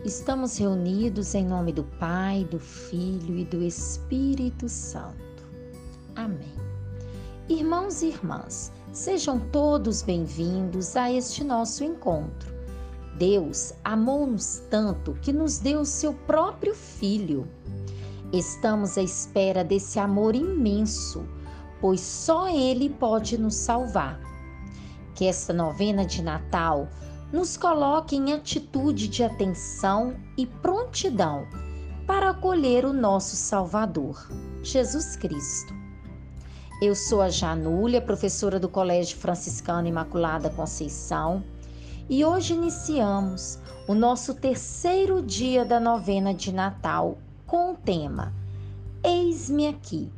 Estamos reunidos em nome do Pai, do Filho e do Espírito Santo. Amém. Irmãos e irmãs, sejam todos bem-vindos a este nosso encontro. Deus amou-nos tanto que nos deu o seu próprio Filho. Estamos à espera desse amor imenso, pois só Ele pode nos salvar. Que esta novena de Natal nos coloque em atitude de atenção e prontidão para acolher o nosso Salvador, Jesus Cristo. Eu sou a Janúlia, professora do Colégio Franciscano Imaculada Conceição, e hoje iniciamos o nosso terceiro dia da novena de Natal com o tema Eis-me aqui.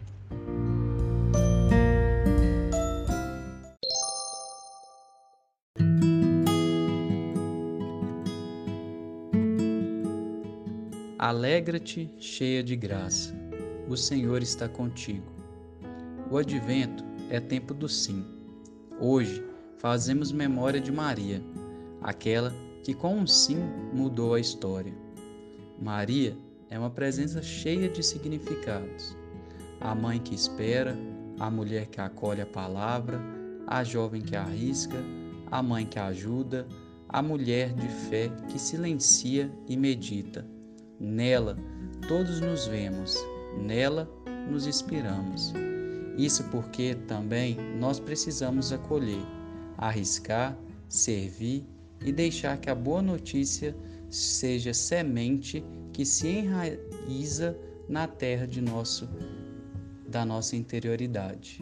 Alegra-te, cheia de graça, o Senhor está contigo. O advento é tempo do sim. Hoje fazemos memória de Maria, aquela que com um sim mudou a história. Maria é uma presença cheia de significados. A mãe que espera, a mulher que acolhe a palavra, a jovem que arrisca, a mãe que ajuda, a mulher de fé que silencia e medita. Nela, todos nos vemos, nela nos inspiramos. Isso porque também nós precisamos acolher, arriscar, servir e deixar que a boa notícia seja semente que se enraiza na terra da nossa interioridade.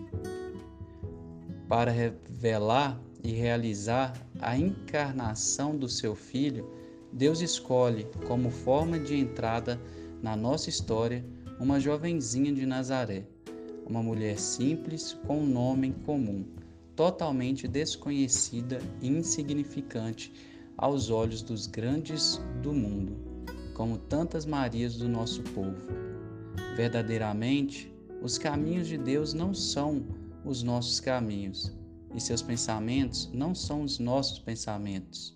Para revelar e realizar a encarnação do seu Filho, Deus escolhe como forma de entrada na nossa história uma jovenzinha de Nazaré, uma mulher simples com um nome comum, totalmente desconhecida e insignificante aos olhos dos grandes do mundo, como tantas Marias do nosso povo. Verdadeiramente, os caminhos de Deus não são os nossos caminhos, e seus pensamentos não são os nossos pensamentos.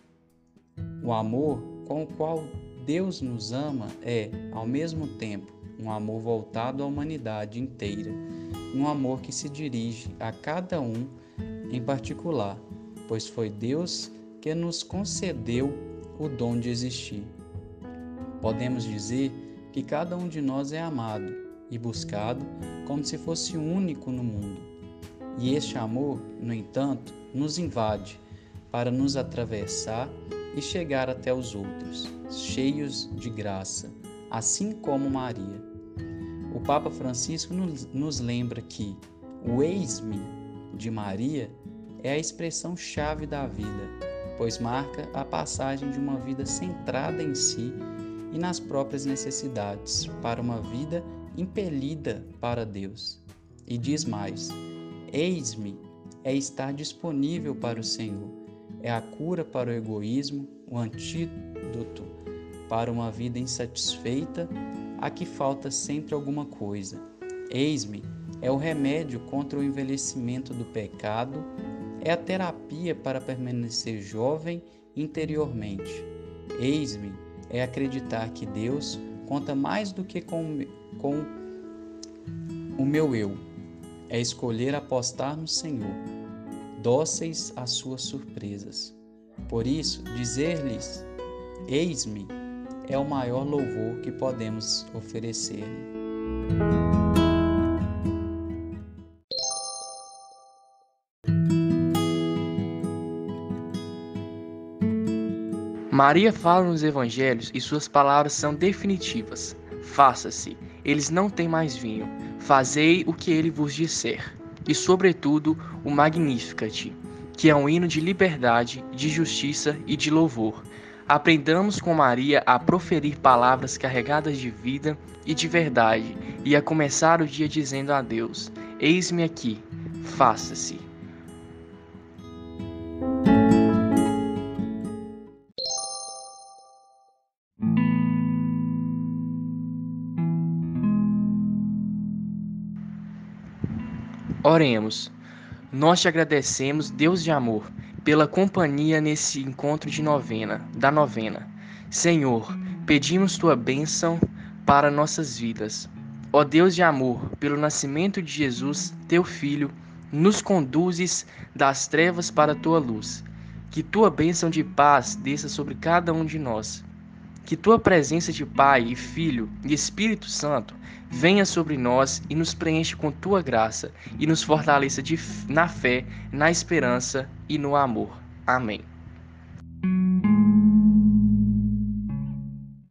O amor com o qual Deus nos ama é, ao mesmo tempo, um amor voltado à humanidade inteira, um amor que se dirige a cada um em particular, pois foi Deus que nos concedeu o dom de existir. Podemos dizer que cada um de nós é amado e buscado como se fosse único no mundo. E este amor, no entanto, nos invade para nos atravessar e chegar até os outros, cheios de graça, assim como Maria. O Papa Francisco nos lembra que o eis-me de Maria é a expressão-chave da vida, pois marca a passagem de uma vida centrada em si e nas próprias necessidades para uma vida impelida para Deus. E diz mais: eis-me é estar disponível para o Senhor. É a cura para o egoísmo, o antídoto para uma vida insatisfeita, a que falta sempre alguma coisa. Eis-me é o remédio contra o envelhecimento do pecado, é a terapia para permanecer jovem interiormente. Eis-me é acreditar que Deus conta mais do que com o meu eu. É escolher apostar no Senhor, dóceis às suas surpresas. Por isso, dizer-lhes, eis-me, é o maior louvor que podemos oferecer-lhe. Maria fala nos evangelhos e suas palavras são definitivas. Faça-se, eles não têm mais vinho. Fazei o que ele vos disser. E, sobretudo, o Magnificat, que é um hino de liberdade, de justiça e de louvor. Aprendamos com Maria a proferir palavras carregadas de vida e de verdade e a começar o dia dizendo a Deus: eis-me aqui, faça-se. Oremos. Nós te agradecemos, Deus de amor, pela companhia nesse encontro da novena. Senhor, pedimos tua bênção para nossas vidas. Ó Deus de amor, pelo nascimento de Jesus, teu Filho, nos conduzes das trevas para a tua luz. Que tua bênção de paz desça sobre cada um de nós. Que tua presença de Pai e Filho e Espírito Santo venha sobre nós e nos preencha com tua graça e nos fortaleça na fé, na esperança e no amor. Amém.